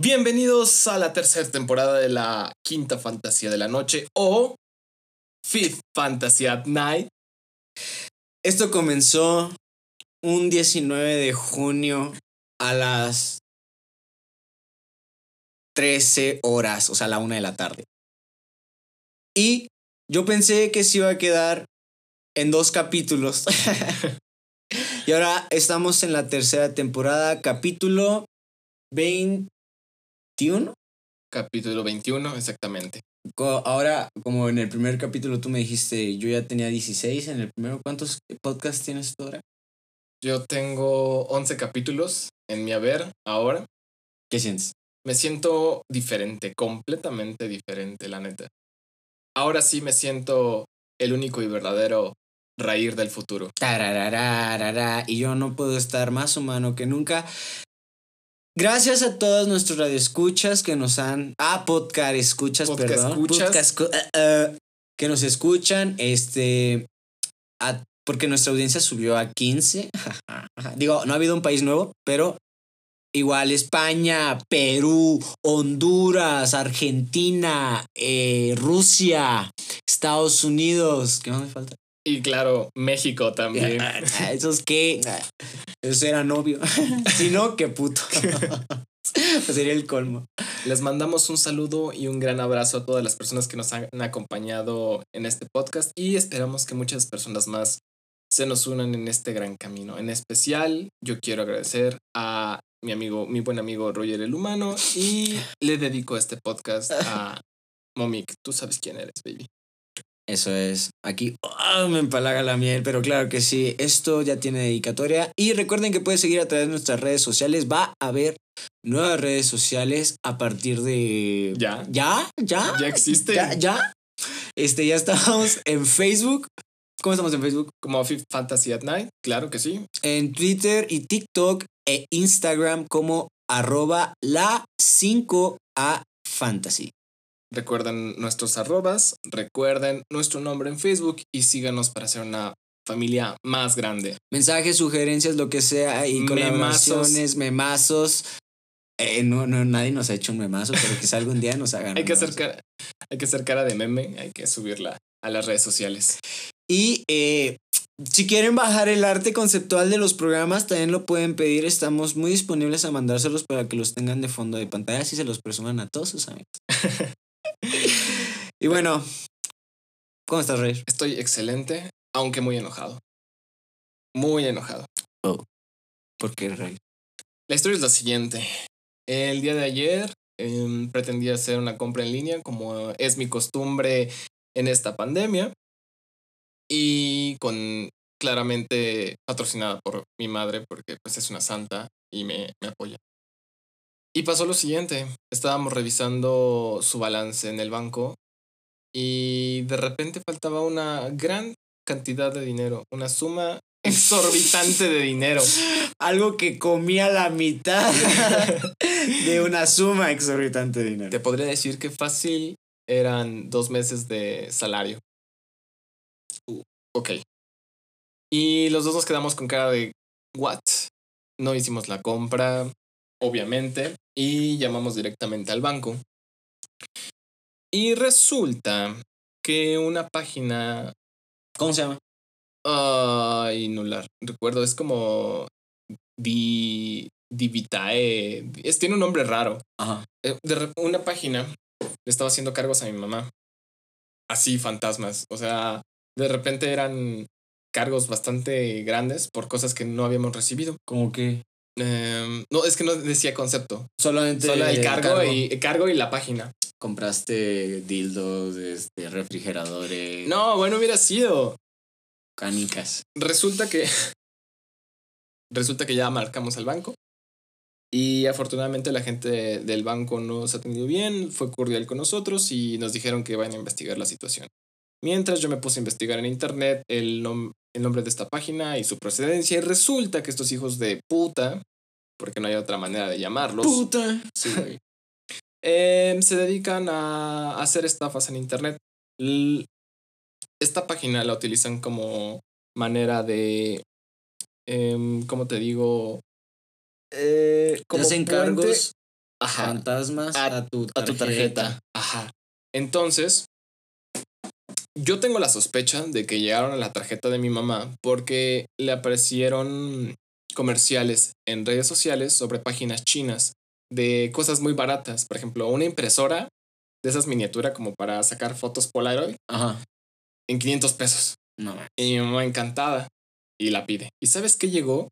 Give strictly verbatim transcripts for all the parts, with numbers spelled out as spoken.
Bienvenidos a la tercera temporada de la quinta fantasía de la noche o Fifth Fantasy at Night. Esto comenzó un diecinueve de junio a las trece horas, o sea, a la una de la tarde. Y yo pensé que se iba a quedar en dos capítulos. Y ahora estamos en la tercera temporada, capítulo veintiuno. Capítulo veintiuno, exactamente. Ahora, como en el primer capítulo tú me dijiste, yo ya tenía dieciséis en el primero. ¿Cuántos podcasts tienes tú ahora? Yo tengo once capítulos en mi haber ahora. ¿Qué sientes? Me siento diferente, completamente diferente, la neta. Ahora sí me siento el único y verdadero Raír del futuro. Tararararara, y yo no puedo estar más humano que nunca. Gracias a todos nuestros radioescuchas que nos han... Ah, podcast escuchas, Podcast perdón. escuchas. Podcast, uh, uh, que nos escuchan, este... A, porque nuestra audiencia subió a quince. Digo, no ha habido un país nuevo, pero... Igual España, Perú, Honduras, Argentina, eh, Rusia, Estados Unidos. ¿Qué más me falta? Y claro, México también. Esos que... Eso era novio. Si no, qué puto. Pues sería el colmo. Les mandamos un saludo y un gran abrazo a todas las personas que nos han acompañado en este podcast y esperamos que muchas personas más se nos unan en este gran camino. En especial, yo quiero agradecer a mi amigo, mi buen amigo Roger el Humano, y le dedico este podcast a Momik. Tú sabes quién eres, baby. Eso es. Aquí oh, me empalaga la miel, pero claro que sí. Esto ya tiene dedicatoria. Y recuerden que pueden seguir a través de nuestras redes sociales. Va a haber nuevas redes sociales a partir de... ¿Ya? ¿Ya? ¿Ya? ¿Ya existe? ¿Ya? ¿Ya? Este, ya estamos en Facebook. ¿Cómo estamos en Facebook? Como Fifth Fantasy at Night, claro que sí. En Twitter y TikTok e Instagram como arroba la cinco A Fantasy. Recuerden nuestros arrobas, recuerden nuestro nombre en Facebook y síganos para hacer una familia más grande. Mensajes, sugerencias, lo que sea, y colaboraciones, memazos. Eh, no, no, nadie nos ha hecho un memazo, pero quizá algún día nos hagan. hay, que hacer cara, hay que hacer cara de meme, hay que subirla a las redes sociales. Y eh, si quieren bajar el arte conceptual de los programas, también lo pueden pedir. Estamos muy disponibles a mandárselos para que los tengan de fondo de pantalla, así se los presuman a todos sus amigos. Y bueno, ¿cómo estás, Rey? Estoy excelente, aunque muy enojado. Muy enojado. Oh, ¿por qué, Rey? La historia es la siguiente. El día de ayer eh, pretendía hacer una compra en línea, como es mi costumbre en esta pandemia. Y con claramente patrocinada por mi madre, porque pues es una santa y me, me apoya. Y pasó lo siguiente. Estábamos revisando su balance en el banco y de repente faltaba una gran cantidad de dinero, una suma exorbitante de dinero. Algo que comía la mitad de una suma exorbitante de dinero. Te podría decir que fácil eran dos meses de salario. Uh, ok. Y los dos nos quedamos con cara de ¿what? No hicimos la compra, obviamente, y llamamos directamente al banco. Y resulta que una página... ¿Cómo se llama? Ay, no la recuerdo. Es como Di, Divitae. Es, tiene un nombre raro. Ajá. De una página le estaba haciendo cargos a mi mamá. Así, fantasmas. O sea, de repente eran cargos bastante grandes por cosas que no habíamos recibido. ¿Cómo que? Eh, no, es que no decía concepto. Solamente Solo el cargo, cargo. Y, el cargo y la página. Compraste dildos, este, refrigeradores. No, bueno, hubiera sido. Canicas. Resulta que. Resulta que ya marcamos al banco. Y afortunadamente la gente del banco nos atendió bien, fue cordial con nosotros y nos dijeron que van a investigar la situación. Mientras yo me puse a investigar en internet el, nom- el nombre de esta página y su procedencia, y resulta que estos hijos de puta, porque no hay otra manera de llamarlos, Puta. sí, güey, eh, se dedican a hacer estafas en internet. L- esta página la utilizan como manera de, eh, ¿cómo te digo? Eh, como hacen puente, cargos. Ajá. fantasmas a, A, a, tu, a tu tarjeta. Ajá. Entonces, yo tengo la sospecha de que llegaron a la tarjeta de mi mamá porque le aparecieron comerciales en redes sociales sobre páginas chinas de cosas muy baratas. Por ejemplo, una impresora de esas miniaturas como para sacar fotos Polaroid. Ajá. En quinientos pesos. No. Y mi mamá encantada. Y la pide. ¿Y sabes qué llegó?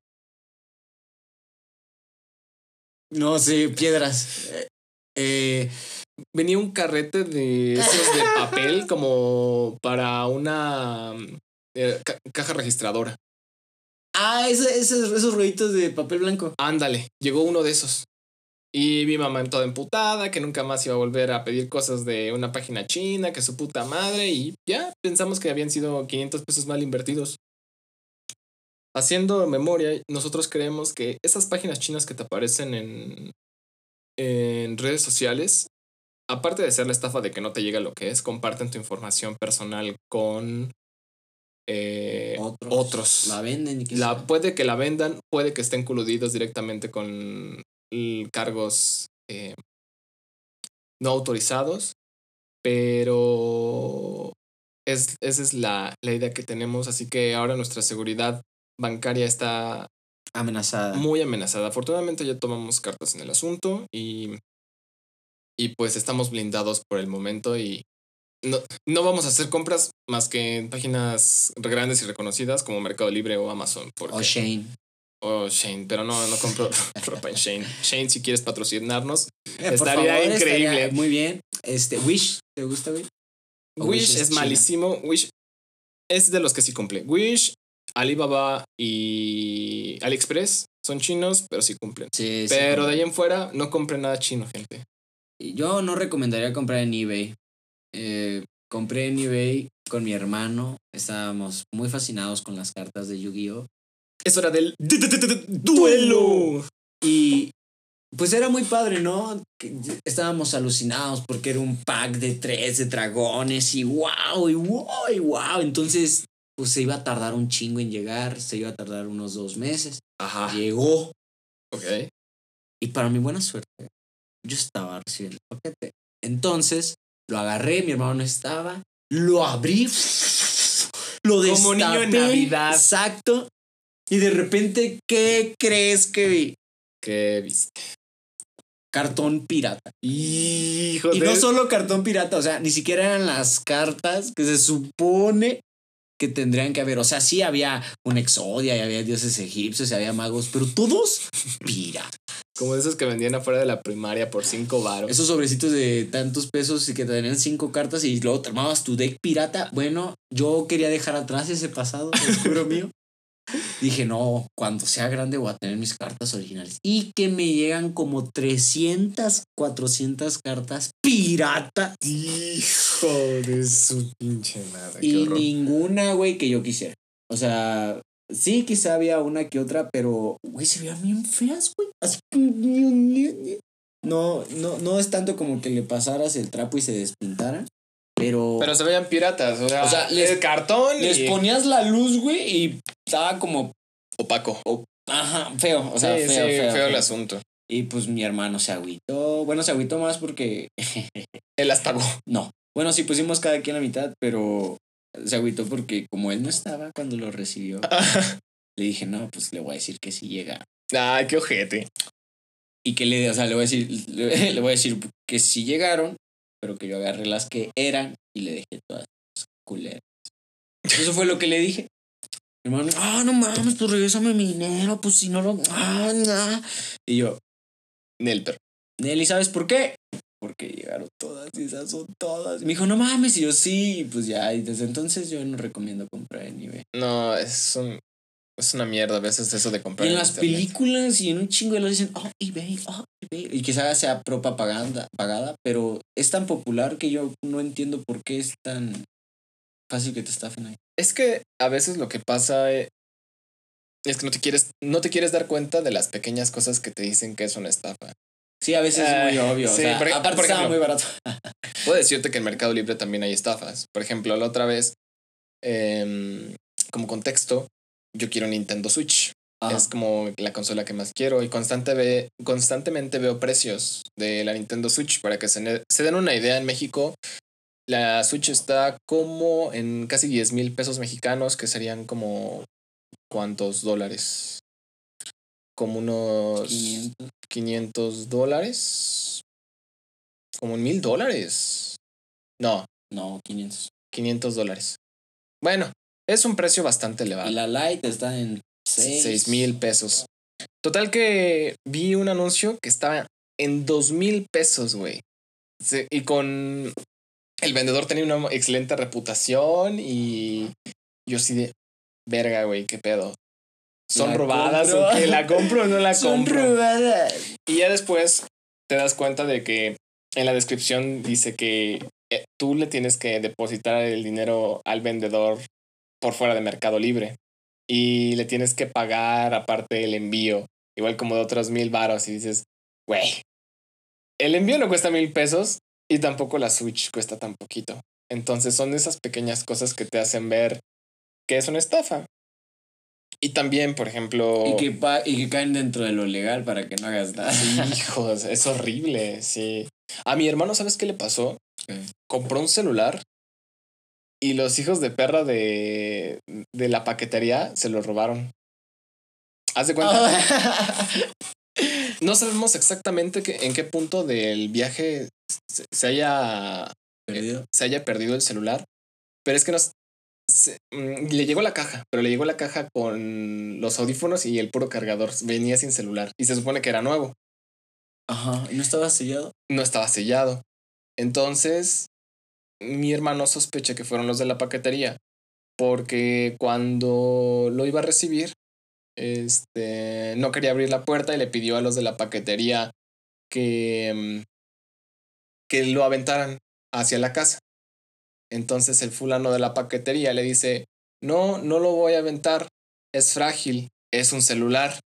No sé, piedras. Eh, Venía un carrete de esos de papel como para una eh, ca caja registradora. Ah, ese, ese, esos rollitos de papel blanco. Ándale, llegó uno de esos. Y mi mamá toda emputada, que nunca más iba a volver a pedir cosas de una página china, que su puta madre. Y ya pensamos que habían sido quinientos pesos mal invertidos. Haciendo memoria, nosotros creemos que esas páginas chinas que te aparecen en, en redes sociales, aparte de ser la estafa de que no te llega lo que es, comparten tu información personal con eh, otros, otros. La venden. Y que la, sea. puede que la vendan, puede que estén coludidos directamente con cargos eh, no autorizados, pero es, esa es la, la idea que tenemos, así que ahora nuestra seguridad bancaria está amenazada. Muy amenazada. Afortunadamente ya tomamos cartas en el asunto y, y pues estamos blindados por el momento y no, no vamos a hacer compras más que en páginas grandes y reconocidas como Mercado Libre o Amazon. Porque, o Shane. O Shane, pero no, no compro ropa en Shane. Shane, si quieres patrocinarnos, Eh, estaría favor, increíble. Estaría muy bien. Este, Wish, ¿te gusta, Wish? Wish, Wish es, es malísimo. Wish es de los que sí cumple. Wish, Alibaba y AliExpress son chinos, pero sí cumplen. Sí, pero sí, de ahí en fuera, no compren nada chino, gente. Yo no recomendaría comprar en eBay. Eh, compré en eBay con mi hermano. Estábamos muy fascinados con las cartas de Yu-Gi-Oh! Es hora del duelo. Y pues era muy padre, ¿no? Estábamos alucinados porque era un pack de tres de dragones y wow, y wow, y wow. Entonces, pues se iba a tardar un chingo en llegar, se iba a tardar unos dos meses. Ajá. Llegó. Ok. Y para mi buena suerte, yo estaba recibiendo el paquete. Entonces, lo agarré, mi hermano no estaba, lo abrí, lo destapé. Como niño en Navidad. Exacto. Y de repente, ¿qué crees que vi? ¿Qué viste? Cartón pirata. Hijo y de... no solo cartón pirata, o sea, ni siquiera eran las cartas que se supone que tendrían que haber. O sea, sí había un Exodia y había dioses egipcios y había magos, pero todos pirata. Como esos que vendían afuera de la primaria por cinco varos. Esos sobrecitos de tantos pesos y que te tenían cinco cartas y luego te armabas tu deck pirata. Bueno, yo quería dejar atrás ese pasado oscuro mío. Dije, no, cuando sea grande voy a tener mis cartas originales. Y que me llegan como trescientas, cuatrocientas cartas pirata. Hijo de su pinche madre. Y ninguna, güey, que yo quisiera. O sea, sí, quizá había una que otra, pero, güey, se veían bien feas, güey. Así que... No, no, no es tanto como que le pasaras el trapo y se despintara. Pero. Pero se veían piratas. O sea, o sea les, el cartón. Les y... ponías la luz, güey, y estaba como. Opaco. O, ajá, feo. O sea, sí, feo, sí, feo, feo, feo el asunto. Y pues mi hermano se agüitó. Bueno, se agüitó más porque. Él las pagó. No. Bueno, sí pusimos cada quien la mitad, pero se agüitó porque como él no estaba cuando lo recibió, le dije, no, pues le voy a decir que sí llega. Ay, qué ojete. Y que le, o sea, le voy a decir, le, le voy a decir que sí llegaron, pero que yo agarré las que eran y le dejé todas las culeras. Eso fue lo que le dije. Mi hermano, ah, no mames, pues regrésame mi dinero, pues si no lo. Ah, nah. Y yo, Nelper. Nelly, ¿sabes por qué? Porque llegaron todas y esas son todas. Y me dijo, no mames, y yo sí, y pues ya, y desde entonces yo no recomiendo comprar en eBay. No, es un. Es una mierda a veces eso de comprar. Y en, en las internet. Películas y en un chingo de los dicen, oh, eBay, oh, eBay. Y quizás sea propaganda pagada, pero es tan popular que yo no entiendo por qué es tan fácil que te estafen ahí. Es que a veces lo que pasa es que no te quieres, no te quieres dar cuenta de las pequeñas cosas que te dicen que es una estafa. Sí, a veces uh, es muy obvio. Sí, o sea, por, aparte por ejemplo, estaba muy barato. Puedo decirte que en Mercado Libre también hay estafas. Por ejemplo, la otra vez, eh, como contexto, yo quiero Nintendo Switch. Ajá. Es como la consola que más quiero y constante ve, constantemente veo precios de la Nintendo Switch para que se, ne- se den una idea. En México la Switch está como en casi diez mil pesos mexicanos, que serían como ¿cuántos dólares? Como unos quinientos. quinientos dólares. Como en mil dólares. No, No, quinientos. quinientos dólares. Bueno, es un precio bastante elevado. Y la Lite está en seis. seis mil pesos. Total que vi un anuncio que estaba en dos mil pesos, güey. Sí, y con el vendedor tenía una excelente reputación y yo sí de verga, güey, qué pedo. ¿Son ¿La robadas compro? o qué? ¿La compro o no la Son compro? robadas. Y ya después te das cuenta de que en la descripción dice que eh, tú le tienes que depositar el dinero al vendedor por fuera de Mercado Libre y le tienes que pagar aparte el envío, igual como de otros mil varos y dices, güey, el envío no cuesta mil pesos y tampoco la Switch cuesta tan poquito. Entonces son esas pequeñas cosas que te hacen ver que es una estafa. Y también, por ejemplo... Y que, pa- y que caen dentro de lo legal para que no hagas nada. Hijos, es horrible, sí. A mi hermano, ¿sabes qué le pasó? ¿Qué? Compró un celular y los hijos de perra de, de la paquetería se lo robaron. Haz de cuenta. No sabemos exactamente que, en qué punto del viaje se, se haya Perdido. se haya perdido el celular, pero es que nos se- mm, le llegó la caja, pero le llegó la caja con los audífonos y el puro cargador. Venía sin celular y se supone que era nuevo. Ajá. ¿Y no estaba sellado? No estaba sellado. Entonces, mi hermano sospecha que fueron los de la paquetería, porque cuando lo iba a recibir, este, no quería abrir la puerta y le pidió a los de la paquetería que, mm, que lo aventaran hacia la casa. Entonces el fulano de la paquetería le dice, no, no lo voy a aventar, es frágil, es un celular.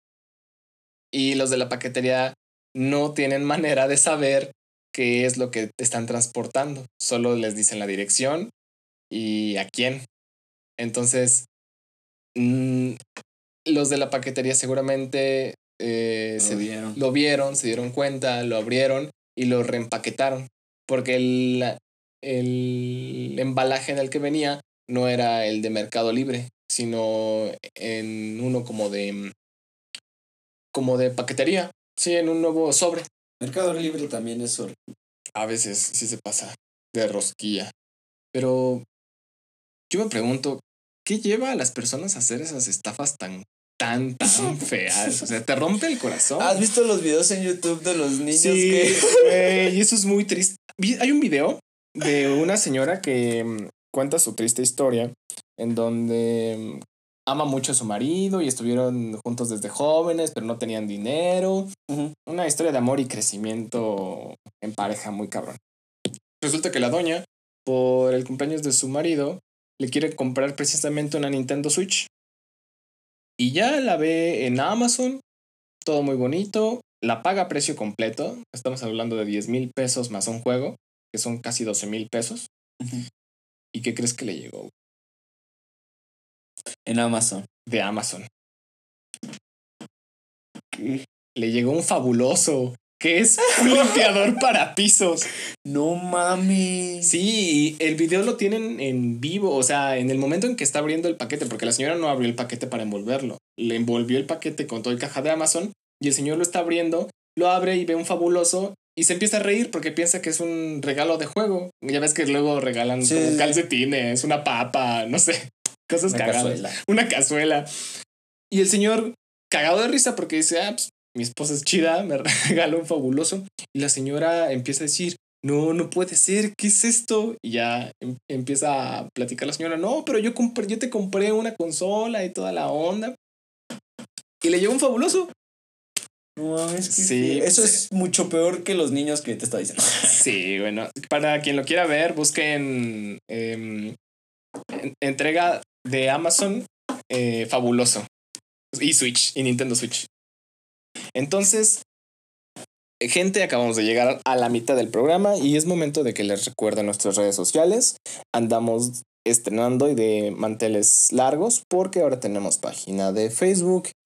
Y los de la paquetería no tienen manera de saber qué es lo que te están transportando. Solo les dicen la dirección y a quién. Entonces, mmm, los de la paquetería seguramente eh, Lo se, vieron. lo vieron, se dieron cuenta, lo abrieron y lo reempaquetaron. Porque el, el embalaje en el que venía no era el de Mercado Libre, sino en uno como de, como de paquetería. Sí, en un nuevo sobre. Mercado Libre también es horrible. A veces sí se pasa de rosquilla. Pero yo me pregunto, ¿qué lleva a las personas a hacer esas estafas tan, tan, tan feas? O sea, te rompe el corazón. ¿Has visto los videos en YouTube de los niños Sí, que... güey, y eso es muy triste. Vi- Hay un video de una señora que mm, cuenta su triste historia en donde mm, ama mucho a su marido y estuvieron juntos desde jóvenes, pero no tenían dinero. Ujú. Una historia de amor y crecimiento en pareja muy cabrón. Resulta que la doña, por el cumpleaños de su marido, le quiere comprar precisamente una Nintendo Switch. Y ya la ve en Amazon, todo muy bonito, la paga a precio completo. Estamos hablando de diez mil pesos más un juego, que son casi doce mil pesos. Ujú. ¿Y qué crees que le llegó? En Amazon. De Amazon. ¿Qué? Le llegó un fabuloso, que es un limpiador para pisos. No mames. Sí, el video lo tienen en vivo, o sea, en el momento en que está abriendo el paquete, porque la señora no abrió el paquete para envolverlo. Le envolvió el paquete con todo el caja de Amazon y el señor lo está abriendo, lo abre y ve un fabuloso y se empieza a reír porque piensa que es un regalo de juego. Ya ves que luego regalan Sí, como sí. calcetines, una papa, no sé, cosas Una cagadas. cazuela. Una cazuela. Y el señor cagado de risa porque dice, ah, pues mi esposa es chida, me regaló un fabuloso. Y la señora empieza a decir, no, no puede ser, ¿qué es esto? Y ya em- empieza a platicar la señora, no, pero yo, compré, yo te compré una consola y toda la onda. Y le llegó un fabuloso. No mames, qué Sí, feo. Eso sí. es mucho peor que los niños que te estaba diciendo. Sí, bueno, para quien lo quiera ver, busquen em, en- entrega de Amazon eh, fabuloso. Y Switch, y Nintendo Switch. Entonces, gente, acabamos de llegar a la mitad del programa y es momento de que les recuerde nuestras redes sociales. Andamos estrenando y de manteles largos porque ahora tenemos página de Facebook,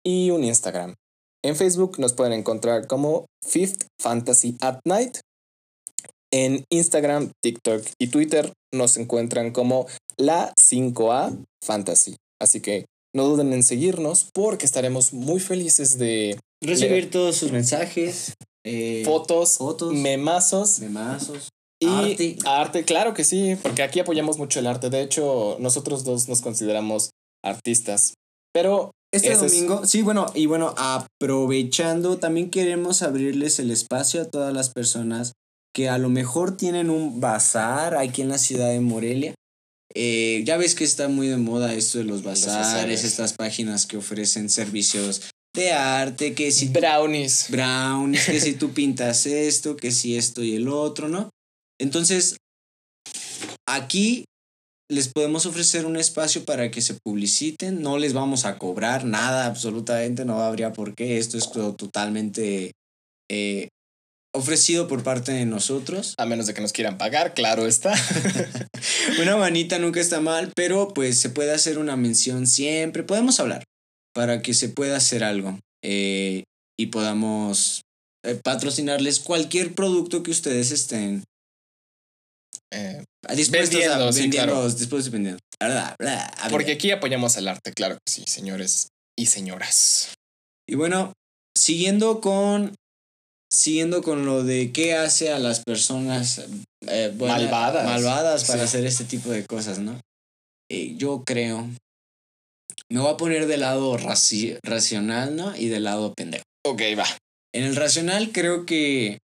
y un Instagram. En Facebook nos pueden encontrar como Fifth Fantasy at Night. En Instagram, TikTok y Twitter nos encuentran como la cinco A Fantasy. Así que no duden en seguirnos porque estaremos muy felices de recibir leer todos sus mensajes, eh, fotos, fotos, memazos, memazos, y arte. arte. Claro que sí, porque aquí apoyamos mucho el arte. De hecho, nosotros dos nos consideramos artistas. Pero este ese es- domingo, sí, bueno, y bueno, aprovechando, también queremos abrirles el espacio a todas las personas que a lo mejor tienen un bazar aquí en la ciudad de Morelia. Eh, ya ves que está muy de moda esto de los bazares, bazares. estas páginas que ofrecen servicios de arte, que si tú- brownies. brownies, que si tú pintas esto, que si esto y el otro, ¿no? Entonces, aquí les podemos ofrecer un espacio para que se publiciten, no les vamos a cobrar nada, absolutamente, no habría por qué, esto es todo totalmente eh, ofrecido por parte de nosotros. A menos de que nos quieran pagar, claro está. Una manita nunca está mal, pero pues se puede hacer una mención siempre, podemos hablar para que se pueda hacer algo eh, y podamos eh, patrocinarles cualquier producto que ustedes estén Eh, dispuestos Vendiendo, a sí, vendiendo, claro. dispuestos a vendiendo. Bla, bla, a porque ver. aquí apoyamos el arte, claro que sí, señores y señoras. Y bueno, siguiendo con siguiendo con lo de qué hace a las personas eh, buena- Malvadas. malvadas para Sí. hacer este tipo de cosas, ¿no? Eh, yo creo, me voy a poner del lado raci- racional, ¿no? Y del lado pendejo. Ok, va. En el racional creo que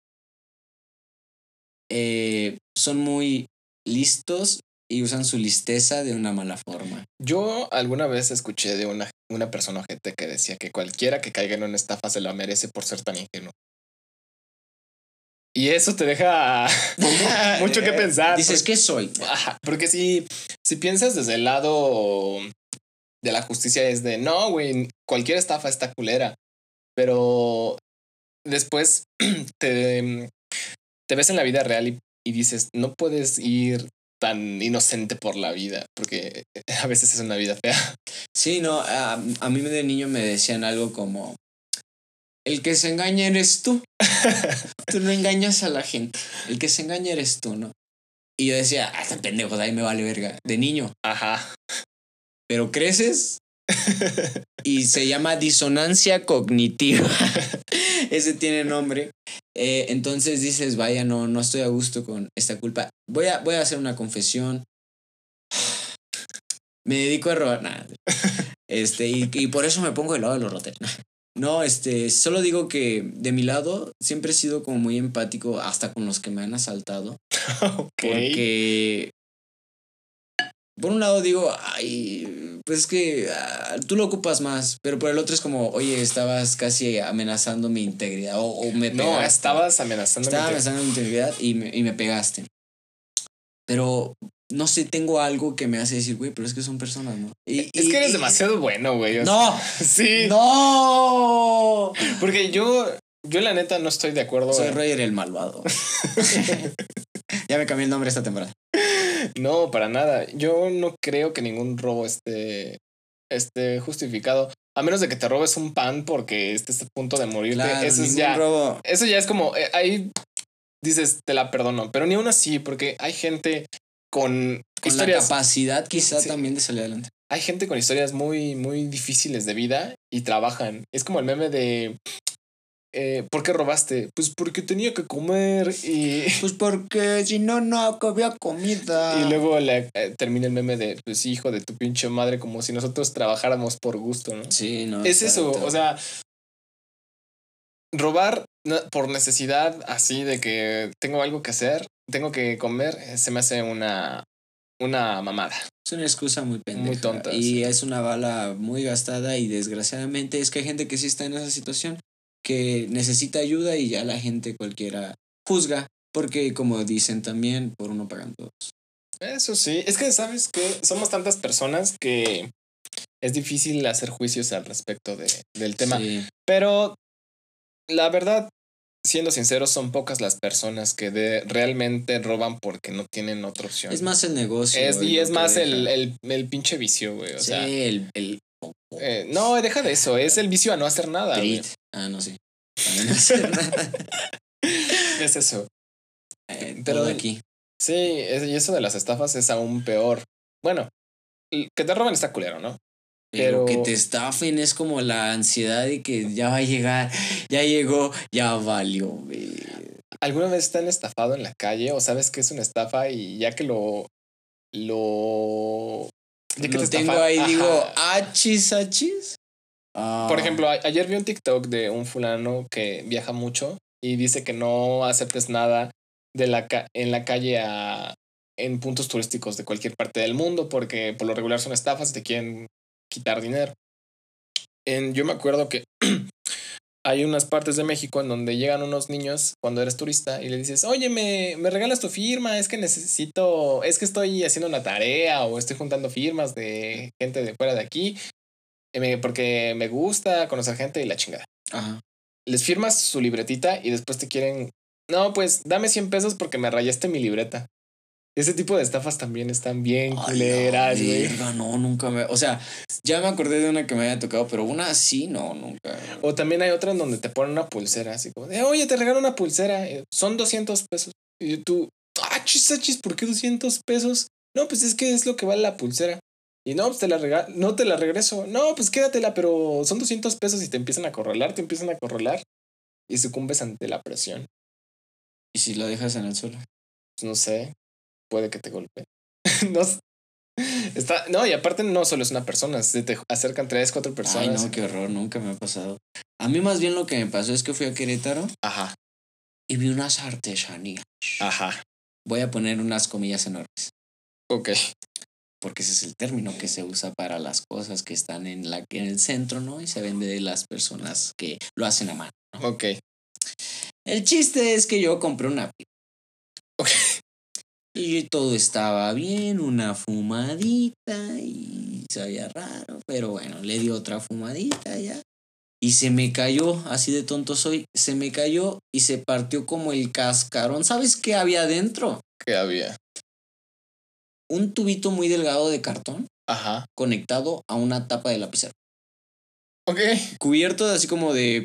eh, son muy listos y usan su listeza de una mala forma. Yo alguna vez escuché de una, una persona ojete que decía que cualquiera que caiga en una estafa se la merece por ser tan ingenuo. Y eso te deja mucho que pensar. Dices, porque, ¿qué soy? ajá, porque si, si piensas desde el lado de la justicia es de, no, güey, cualquier estafa está culera. Pero después te, te ves en la vida real y, y dices, no puedes ir tan inocente por la vida, porque a veces es una vida fea. Sí, no, a, a mí de niño me decían algo como, el que se engaña eres tú. Tú no engañas a la gente. El que se engaña eres tú, ¿no? Y yo decía, ah, están pendejos, ahí me vale verga. De niño. Ajá. Pero creces y se llama disonancia cognitiva. Ese tiene nombre. Eh, entonces dices, vaya, no, no estoy a gusto con esta culpa. Voy a, voy a hacer una confesión. Me dedico a robar. Nada. Este, y, y por eso me pongo del lado de los rateros. No, este, solo digo que de mi lado siempre he sido como muy empático hasta con los que me han asaltado. Ok. Porque por un lado digo, ay, pues es que ah, tú lo ocupas más, pero por el otro es como, oye, estabas casi amenazando mi integridad o, o me pegaste. No, estabas amenazando. Estaba amenazando mi integridad y me, y me pegaste. Pero no sé, tengo algo que me hace decir, güey, pero es que son personas, ¿no? Y, Es y- que eres y- demasiado bueno, güey. o ¡No! sea, sí. ¡No! Porque yo, yo la neta no estoy de acuerdo. Soy en- Roger el malvado. Ya me cambié el nombre esta temporada. No, para nada. Yo no creo que ningún robo esté, esté justificado. A menos de que te robes un pan porque estés a punto de morirte. Claro, eso es ningún ya. robo. Eso ya es como. eh, ahí dices, te la perdono. Pero ni aún así, porque hay gente con, Con historias. la capacidad quizá Sí. también de salir adelante. Hay gente con historias muy, muy difíciles de vida y trabajan. Es como el meme de. Eh, ¿Por qué robaste? Pues porque tenía que comer y. Pues porque si no, no había comida. Y luego le, eh, termina el meme de, pues hijo de tu pinche madre, como si nosotros trabajáramos por gusto, ¿no? Sí, no. Es está- eso, está- o sea, robar na- por necesidad, así de que tengo algo que hacer, tengo que comer, eh, se me hace una, una mamada. Es una excusa muy pendeja. Muy tonta, Y sí. es una bala muy gastada y desgraciadamente es que hay gente que sí está en esa situación, que necesita ayuda y ya la gente cualquiera juzga. Porque como dicen también, por uno pagan todos. Eso sí, es que sabes que somos tantas personas que es difícil hacer juicios al respecto de, del tema. Sí. Pero la verdad, siendo sinceros, son pocas las personas que de, realmente roban porque no tienen otra opción. Es más el negocio. Es, y lo es que más deja. el, el, el pinche vicio, güey. O Sí, sea, el, el Eh, no, deja de eso. Es el vicio a no hacer nada. Grit. Ah, no, sí. A no hacer nada. Es eso. Eh, Pero todo aquí. Sí, es- y eso de las estafas es aún peor. Bueno, el que te roban está culero, ¿no? Pero, Pero que te estafen es como la ansiedad de que ya va a llegar, ya llegó, ya valió, güey. ¿alguna vez te han estafado en la calle o sabes que es una estafa y ya que lo lo ya que te Lo tengo estafaron? ahí, digo, Ajá. achis, achis. Ah, Por ejemplo, a- ayer vi un TikTok de un fulano que viaja mucho y dice que no aceptes nada de la ca- en la calle a, en puntos turísticos de cualquier parte del mundo porque por lo regular son estafas y te quieren quitar dinero. En, yo me acuerdo que hay unas partes de México en donde llegan unos niños cuando eres turista y le dices, oye, me, me regalas tu firma, es que necesito, es que estoy haciendo una tarea o estoy juntando firmas de gente de fuera de aquí eh, me- porque me gusta conocer gente y la chingada. ajá. Les firmas su libretita y después te quieren, no, pues dame cien pesos porque me rayaste mi libreta. Ese tipo de estafas también están bien A la culeras, güey. verga, no, nunca me. O sea, ya me acordé de una que me había tocado, pero una así, no, nunca. O también hay otra en donde te ponen una pulsera, así como de, oye, te regalo una pulsera, eh, son doscientos pesos. Y tú, ah, chis, ah, chis, ¿por qué doscientos pesos? No, pues es que es lo que vale la pulsera. Y no, pues te la rega no te la regreso. No, pues quédatela, pero son doscientos pesos y te empiezan a acorralar, te empiezan a acorralar y sucumbes ante la presión. ¿Y si lo dejas en el suelo? Pues no sé, puede que te golpee. no, s- está, no, y aparte no solo es una persona, se te acercan tres, cuatro Ay, personas. no, qué horror, nunca me ha pasado. A mí más bien lo que me pasó es que fui a Querétaro Ajá, y vi unas artesanías. ajá, Voy a poner unas comillas enormes, ok, porque ese es el término que se usa para las cosas que están en, la, en el centro, ¿no? Y se vende de las personas que lo hacen a mano, ¿no? ok, El chiste es que yo compré una pi- ok. y todo estaba bien, una fumadita y sabía raro, pero bueno, le di otra fumadita ya. Y se me cayó, así de tonto soy, se me cayó y se partió como el cascarón. ¿Sabes qué había adentro? ¿Qué había? Un tubito muy delgado de cartón Ajá, conectado a una tapa de lapicero. ok, Cubierto de así como de,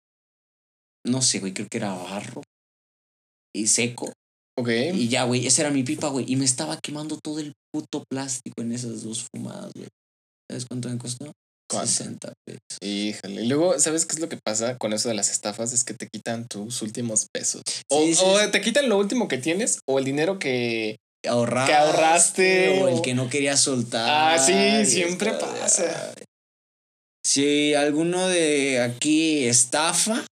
no sé, güey, creo que era barro y seco. ok. Y ya, güey, esa era mi pipa, güey. Y me estaba quemando todo el puto plástico en esas dos fumadas, güey. ¿Sabes cuánto me costó? ¿Cuánto? sesenta pesos. Híjole. Y luego, ¿sabes qué es lo que pasa con eso de las estafas? Es que te quitan tus últimos pesos. O, Sí, sí, o sí. te quitan lo último que tienes o el dinero que, Ahorraste, que ahorraste. o el o- que no quería soltar. Ah, sí, y siempre está de, pasa. ay. Si alguno de aquí estafa,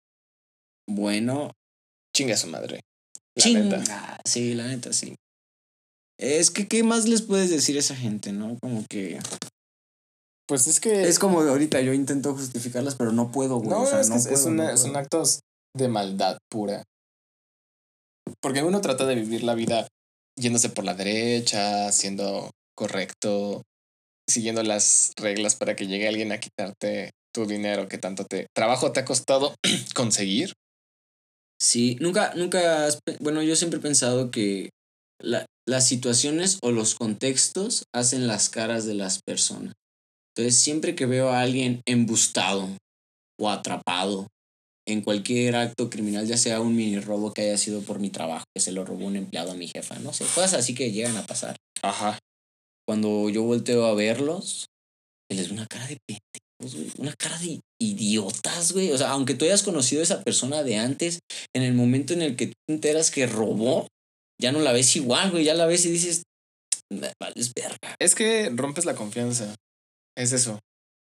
bueno, Chinga su madre. La neta. chinga. Sí, la neta, sí. Es que, ¿qué más les puedes decir a esa gente, no? Como que. Pues es que. Es como ahorita yo intento justificarlas, pero no puedo, güey. No, O sea, es que no es, es puedo, no una, puedo. son actos de maldad pura. Porque uno trata de vivir la vida yéndose por la derecha, siendo correcto, siguiendo las reglas para que llegue alguien a quitarte tu dinero que tanto te trabajo te ha costado conseguir. Sí, nunca, nunca, has pe- bueno, yo siempre he pensado que la- las situaciones o los contextos hacen las caras de las personas. Entonces, siempre que veo a alguien embustado o atrapado en cualquier acto criminal, ya sea un mini robo que haya sido por mi trabajo, que se lo robó un empleado a mi jefa, no sé, cosas así que llegan a pasar. Ajá. Cuando yo volteo a verlos, se les ve una cara de pendejos, güey, una cara de idiotas, güey. O sea, aunque tú hayas conocido a esa persona de antes, en el momento en el que tú te enteras que robó, ya no la ves igual, güey, ya la ves y dices, "Me vales verga". Es que rompes la confianza. Es eso.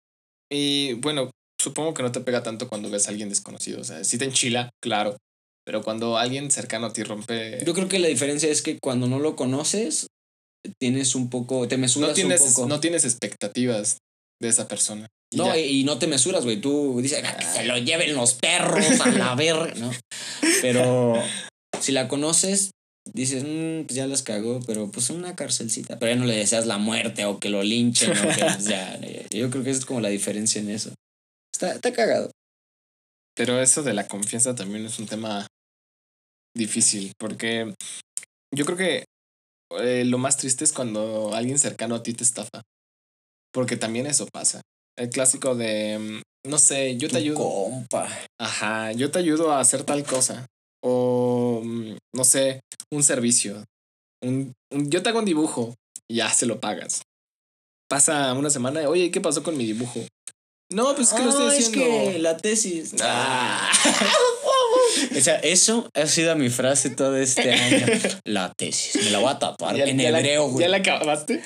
Y bueno, supongo que no te pega tanto cuando ves a alguien desconocido. O sea, sí te enchila, claro. Pero cuando alguien cercano a ti rompe. Yo creo que la diferencia es que cuando no lo conoces, tienes un poco, te mesuras No tienes, un poco. no tienes expectativas de esa persona. Y No, ya. y, y no te mesuras, güey. Tú dices, "Ah, que se lo lleven los perros a la verga", ¿no? Pero si la conoces, dices, "Mm, pues ya las cagó, pero pues una carcelcita". Pero ya no le deseas la muerte o que lo linchen o que pues, ya. eh, Yo creo que esa es como la diferencia en eso. Está, está cagado. Pero eso de la confianza también es un tema difícil. Porque yo creo que eh, lo más triste es cuando alguien cercano a ti te estafa. Porque también eso pasa. El clásico de, no sé, yo te Tu ayudo. compa. Ajá, yo te ayudo a hacer tal cosa. O, no sé, un servicio. Un, un- yo te hago un dibujo y ya se lo pagas. Pasa una semana, y, oye, ¿qué pasó con mi dibujo? No, pues es que lo estoy Ah, es haciendo. que la tesis. Ah. O sea, eso ha sido mi frase todo este año. La tesis. Me la voy a tatuar ¿Ya, en ya la- hebreo, güey. ¿Ya la acabaste?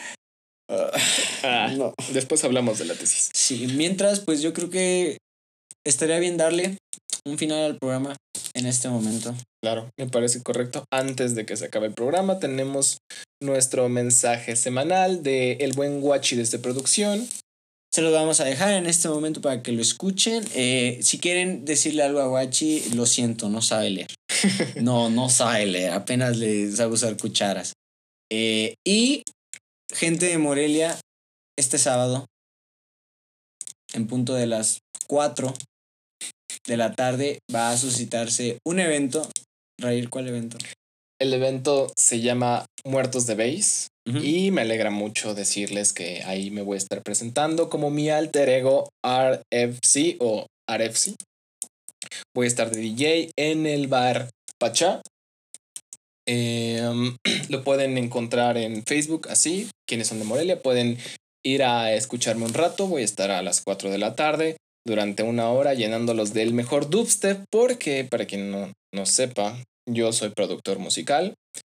Ah, No. Después hablamos de la tesis. Sí, mientras, pues yo creo que estaría bien darle un final al programa en este momento. Claro, me parece correcto. Antes de que se acabe el programa, tenemos nuestro mensaje semanal de El Buen Guachi desde producción. Se los vamos a dejar en este momento para que lo escuchen. Eh, si quieren decirle algo a Guachi, lo siento, no sabe leer. No, no sabe leer, apenas le sabe usar cucharas. Eh, y gente de Morelia, este sábado, en punto de las cuatro de la tarde, va a suscitarse un evento. Raír, ¿cuál evento? El evento se llama Muertos de Base. Ujú. Y me alegra mucho decirles que ahí me voy a estar presentando como mi alter ego R F C o R F C. Voy a estar de D J en el bar Pachá. Eh, lo pueden encontrar en Facebook así. Quienes son de Morelia pueden ir a escucharme un rato. Voy a estar a las cuatro de la tarde durante una hora llenándolos del mejor dubstep porque, para quien no, no sepa, yo soy productor musical.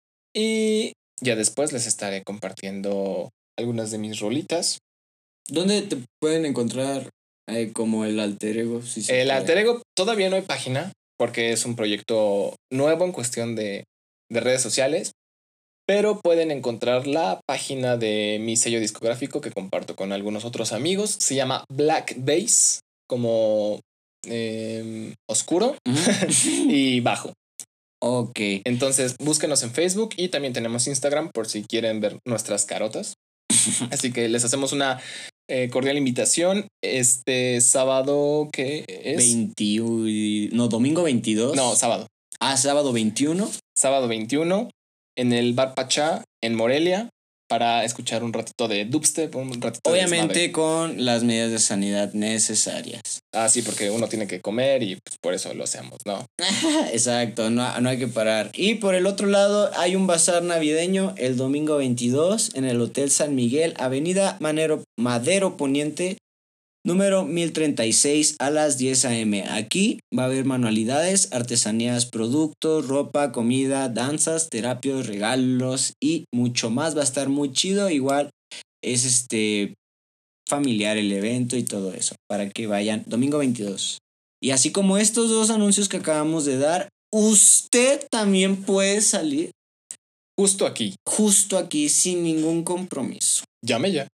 Y ya después les estaré compartiendo algunas de mis rolitas. ¿Dónde te pueden encontrar eh, como el alter ego? Si se El puede? alter ego todavía no hay página porque es un proyecto nuevo en cuestión de, de redes sociales, pero pueden encontrar la página de mi sello discográfico que comparto con algunos otros amigos. Se llama Black Bass, como eh, oscuro Ujú. y bajo. Ok. Entonces búsquenos en Facebook y también tenemos Instagram por si quieren ver nuestras carotas. Así que les hacemos una eh, cordial invitación este sábado que es... veintiuno, no, domingo veintidós. No, sábado. Ah, sábado veintiuno. Sábado veintiuno en el Bar Pachá en Morelia para escuchar un ratito de dubstep, un ratito Obviamente de desmadre. con las medidas de sanidad necesarias. Ah, sí, porque uno tiene que comer y pues, por eso lo hacemos, ¿no? Exacto, no, no hay que parar. Y por el otro lado hay un bazar navideño el domingo veintidós en el Hotel San Miguel, Avenida Manero, Madero Poniente, número mil treinta y seis a las diez a eme. Aquí va a haber manualidades, artesanías, productos, ropa, comida, danzas, terapias, regalos y mucho más. Va a estar muy chido. Igual es este familiar el evento y todo eso para que vayan domingo veintidós. Y así como estos dos anuncios que acabamos de dar, usted también puede salir Justo aquí. justo aquí sin ningún compromiso. Llame ya.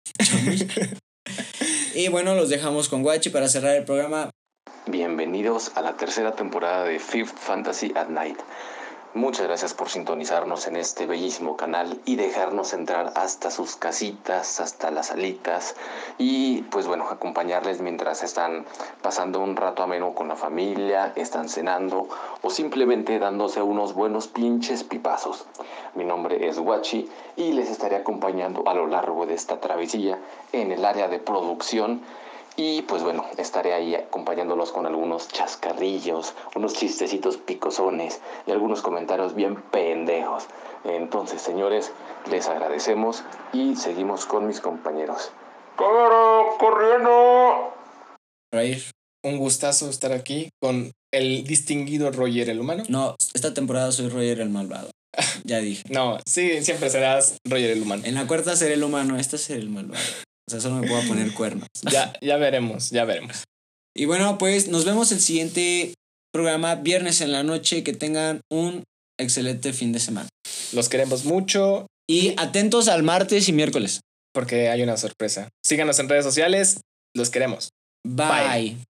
Y bueno, los dejamos con Guachi para cerrar el programa. Bienvenidos a la tercera temporada de Fifth Fantasy at Night. Muchas gracias por sintonizarnos en este bellísimo canal y dejarnos entrar hasta sus casitas, hasta las salitas y pues bueno, acompañarles mientras están pasando un rato ameno con la familia, están cenando o simplemente dándose unos buenos pinches pipazos. Mi nombre es Guachi y les estaré acompañando a lo largo de esta travesía en el área de producción. Y pues bueno, estaré ahí acompañándolos con algunos chascarrillos, unos chistecitos picosones y algunos comentarios bien pendejos. Entonces, señores, les agradecemos y seguimos con mis compañeros. ¡Cámara, corriendo! Raír. Un gustazo estar aquí con el distinguido Roger el humano. No, esta temporada soy Roger el malvado. Ya dije. No, sí, siempre serás Roger el humano. En la cuarta seré el humano, esta seré el malvado. O sea, solo me puedo poner cuernos. Ya, ya veremos, ya veremos. Y bueno, pues nos vemos el siguiente programa, viernes en la noche. Que tengan un excelente fin de semana. Los queremos mucho Y atentos al martes y miércoles. porque hay una sorpresa. Síganos en redes sociales, los queremos. Bye. Bye.